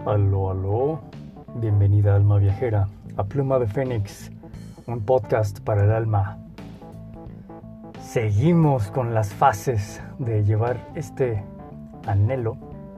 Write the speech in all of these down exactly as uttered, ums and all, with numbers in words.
Aló, aló, bienvenida alma viajera a Pluma de Fénix, un podcast para el alma. Seguimos con las fases de llevar este anhelo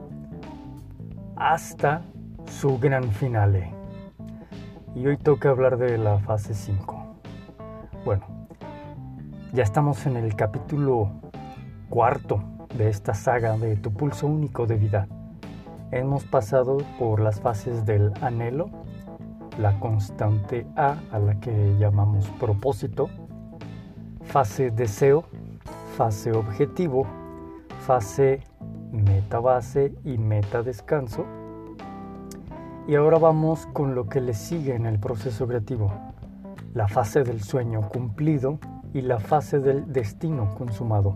hasta su gran finale. Y hoy toca hablar de la fase cinco. Bueno, ya estamos en el capítulo cuarto de esta saga de Tu Pulso Único de Vida. Hemos pasado por las fases del anhelo, la constante A, a la que llamamos propósito, fase deseo, fase objetivo, fase meta base y meta descanso. Y ahora vamos con lo que le sigue en el proceso creativo, la fase del sueño cumplido y la fase del destino consumado.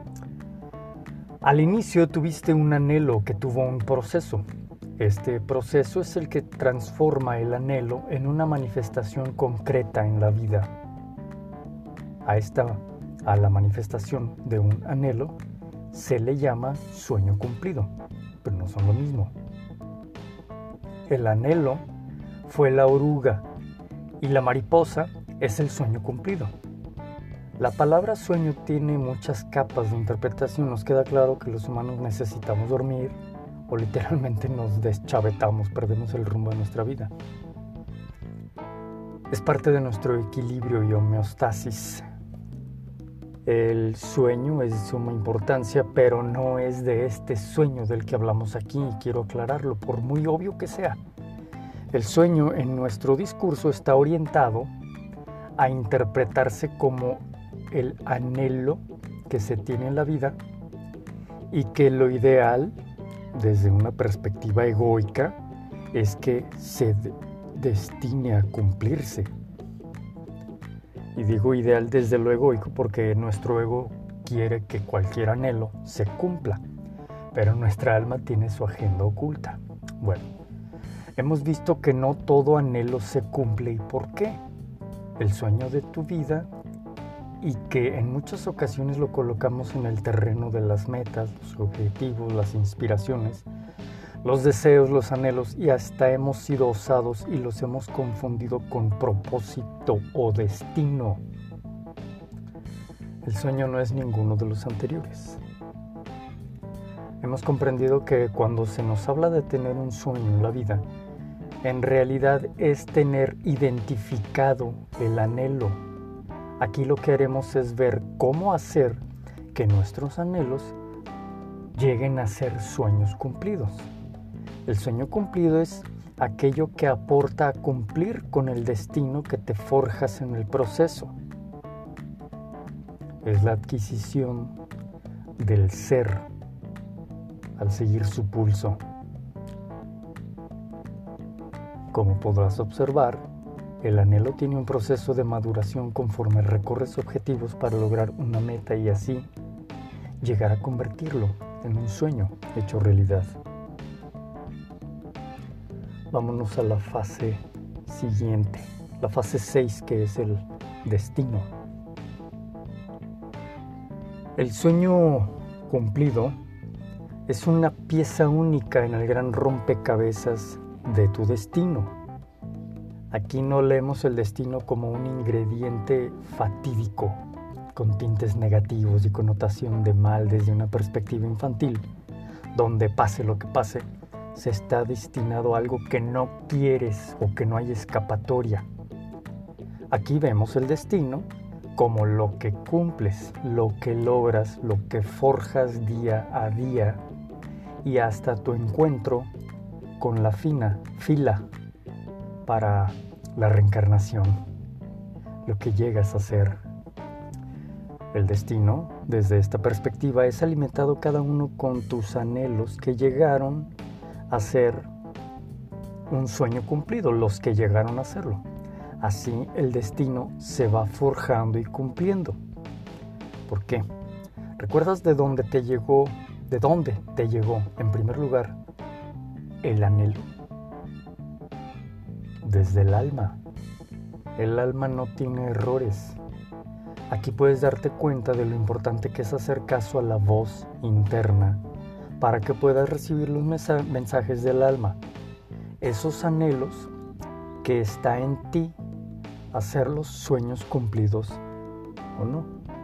Al inicio tuviste un anhelo que tuvo un proceso. Este proceso es el que transforma el anhelo en una manifestación concreta en la vida. A esta, a la manifestación de un anhelo, se le llama sueño cumplido, pero no son lo mismo. El anhelo fue la oruga y la mariposa es el sueño cumplido. La palabra sueño tiene muchas capas de interpretación. Nos queda claro que los humanos necesitamos dormir o literalmente nos deschavetamos, perdemos el rumbo de nuestra vida. Es parte de nuestro equilibrio y homeostasis. El sueño es de suma importancia, pero no es de este sueño del que hablamos aquí, y quiero aclararlo, por muy obvio que sea. El sueño en nuestro discurso está orientado a interpretarse como el anhelo que se tiene en la vida y que lo ideal, desde una perspectiva egoica, es que se de- destine a cumplirse. Y digo ideal desde lo egoico porque nuestro ego quiere que cualquier anhelo se cumpla, pero nuestra alma tiene su agenda oculta. Bueno, hemos visto que no todo anhelo se cumple. ¿Y por qué? El sueño de tu vida, y que en muchas ocasiones lo colocamos en el terreno de las metas, los objetivos, las inspiraciones, los deseos, los anhelos, y hasta hemos sido osados y los hemos confundido con propósito o destino. El sueño no es ninguno de los anteriores. Hemos comprendido que cuando se nos habla de tener un sueño en la vida, en realidad es tener identificado el anhelo. Aquí lo que haremos es ver cómo hacer que nuestros anhelos lleguen a ser sueños cumplidos. El sueño cumplido es aquello que aporta a cumplir con el destino que te forjas en el proceso. Es la adquisición del ser al seguir su pulso. Como podrás observar, el anhelo tiene un proceso de maduración conforme recorres objetivos para lograr una meta y así llegar a convertirlo en un sueño hecho realidad. Vámonos a la fase siguiente, la fase seis, que es el destino. El sueño cumplido es una pieza única en el gran rompecabezas de tu destino. Aquí no leemos el destino como un ingrediente fatídico, con tintes negativos y connotación de mal desde una perspectiva infantil, donde pase lo que pase, se está destinado a algo que no quieres o que no hay escapatoria. Aquí vemos el destino como lo que cumples, lo que logras, lo que forjas día a día y hasta tu encuentro con la fina fila para la reencarnación, lo que llegas a ser. El destino, desde esta perspectiva, es alimentado cada uno con tus anhelos que llegaron a ser un sueño cumplido, los que llegaron a serlo. Así el destino se va forjando y cumpliendo. ¿Por qué? ¿Recuerdas de dónde te llegó, de dónde te llegó, en primer lugar, el anhelo? Desde el alma. El alma no tiene errores. Aquí puedes darte cuenta de lo importante que es hacer caso a la voz interna para que puedas recibir los mensajes del alma. esos anhelos que está en ti hacer los sueños cumplidos o no.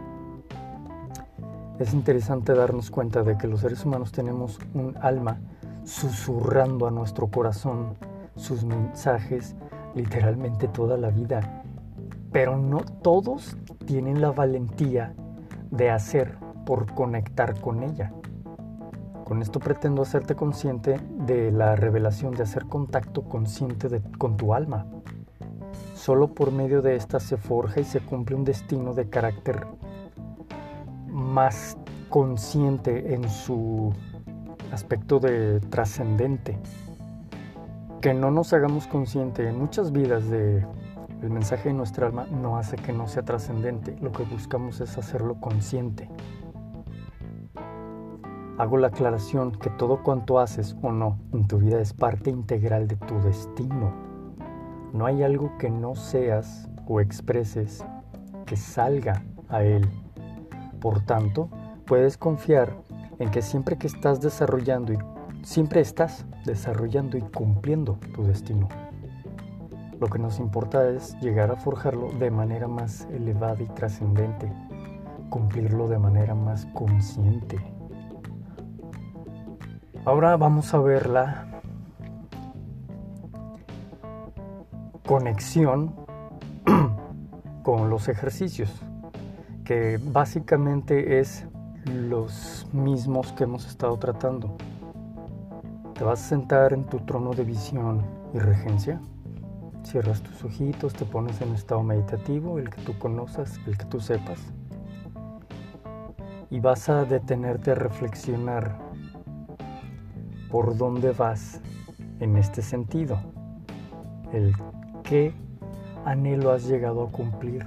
Es interesante darnos cuenta de que los seres humanos tenemos un alma susurrando a nuestro corazón sus mensajes literalmente toda la vida, pero no todos tienen la valentía de hacer por conectar con ella. Con esto pretendo hacerte consciente de la revelación de hacer contacto consciente de, con tu alma. Solo por medio de esta se forja y se cumple un destino de carácter más consciente en su aspecto de trascendente. Que no nos hagamos consciente en muchas vidas de el mensaje de nuestra alma no hace que no sea trascendente. Lo que buscamos es hacerlo consciente. Hago la aclaración que todo cuanto haces o no en tu vida es parte integral de tu destino. No hay algo que no seas o expreses que salga a él. Por tanto, puedes confiar en que siempre que estás desarrollando y siempre estás desarrollando y cumpliendo tu destino. Lo que nos importa es llegar a forjarlo de manera más elevada y trascendente, cumplirlo de manera más consciente. Ahora vamos a ver la conexión con los ejercicios, que básicamente es los mismos que hemos estado tratando. Te vas a sentar en tu trono de visión y regencia, cierras tus ojitos, te pones en un estado meditativo, el que tú conozcas, el que tú sepas, y vas a detenerte a reflexionar por dónde vas en este sentido, el qué anhelo has llegado a cumplir,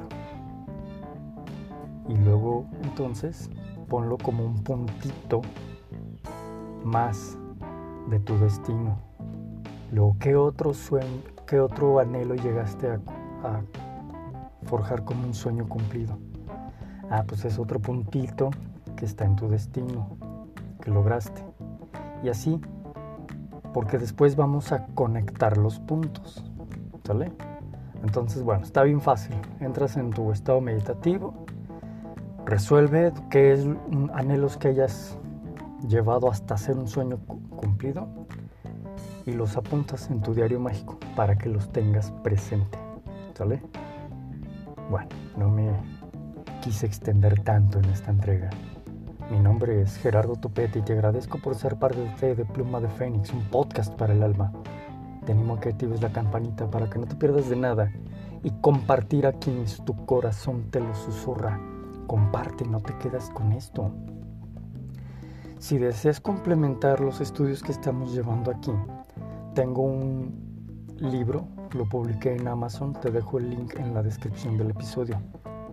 y luego entonces ponlo como un puntito más de tu destino. Luego, ¿qué otro sueño, qué otro anhelo llegaste a, a forjar como un sueño cumplido? Ah, pues es otro puntito que está en tu destino, que lograste. Y así, porque después vamos a conectar los puntos, ¿sale? Entonces, bueno, está bien fácil. Entras en tu estado meditativo, resuelve qué es anhelos que hayas llevado hasta hacer un sueño cumplido y los apuntas en tu diario mágico para que los tengas presente, ¿sale? Bueno, no me quise extender tanto en esta entrega. Mi nombre es Gerardo Topete y te agradezco por ser parte de, de Pluma de Fénix, un podcast para el alma. Te animo a que actives la campanita para que no te pierdas de nada y compartir a quienes tu corazón te lo susurra. Comparte, no te quedas con esto. Si deseas complementar los estudios que estamos llevando aquí, tengo un libro, lo publiqué en Amazon, te dejo el link en la descripción del episodio.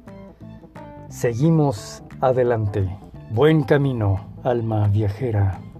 Seguimos adelante. Buen camino, alma viajera.